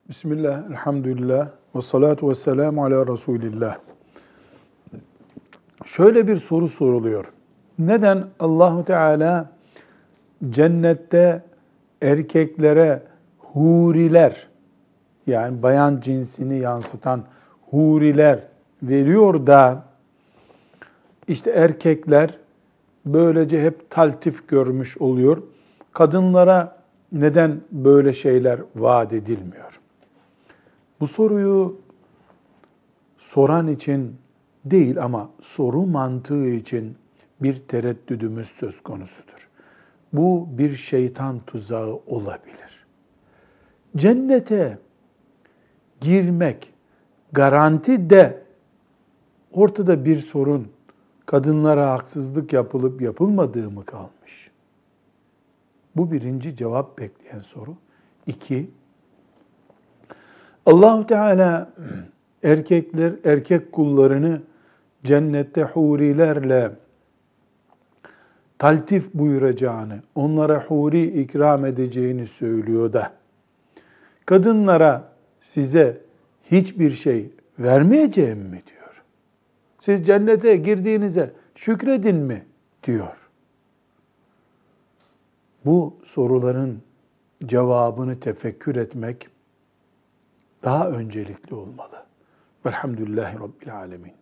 Bismillah, elhamdülillah, ve salatu ve selamu ala Resulillah. Şöyle bir soru soruluyor. Neden Allahu Teala cennette erkeklere huriler, yani bayan cinsini yansıtan huriler veriyor da işte erkekler böylece hep taltif görmüş oluyor. Kadınlara neden böyle şeyler vaat edilmiyor? Bu soruyu soran için değil ama soru mantığı için bir tereddüdümüz söz konusudur. Bu bir şeytan tuzağı olabilir. Cennete girmek garanti de ortada bir sorun, kadınlara haksızlık yapılıp yapılmadığı mı kalmış? Bu birinci cevap bekleyen soru. İki, Allah-u Teala erkek kullarını cennette hurilerle taltif buyuracağını, onlara huri ikram edeceğini söylüyor da, kadınlara size hiçbir şey vermeyeceğim mi diyor. Siz cennete girdiğinize şükredin mi diyor. Bu soruların cevabını tefekkür etmek daha öncelikli olmalı. Velhamdülillahi Rabbil Alemin.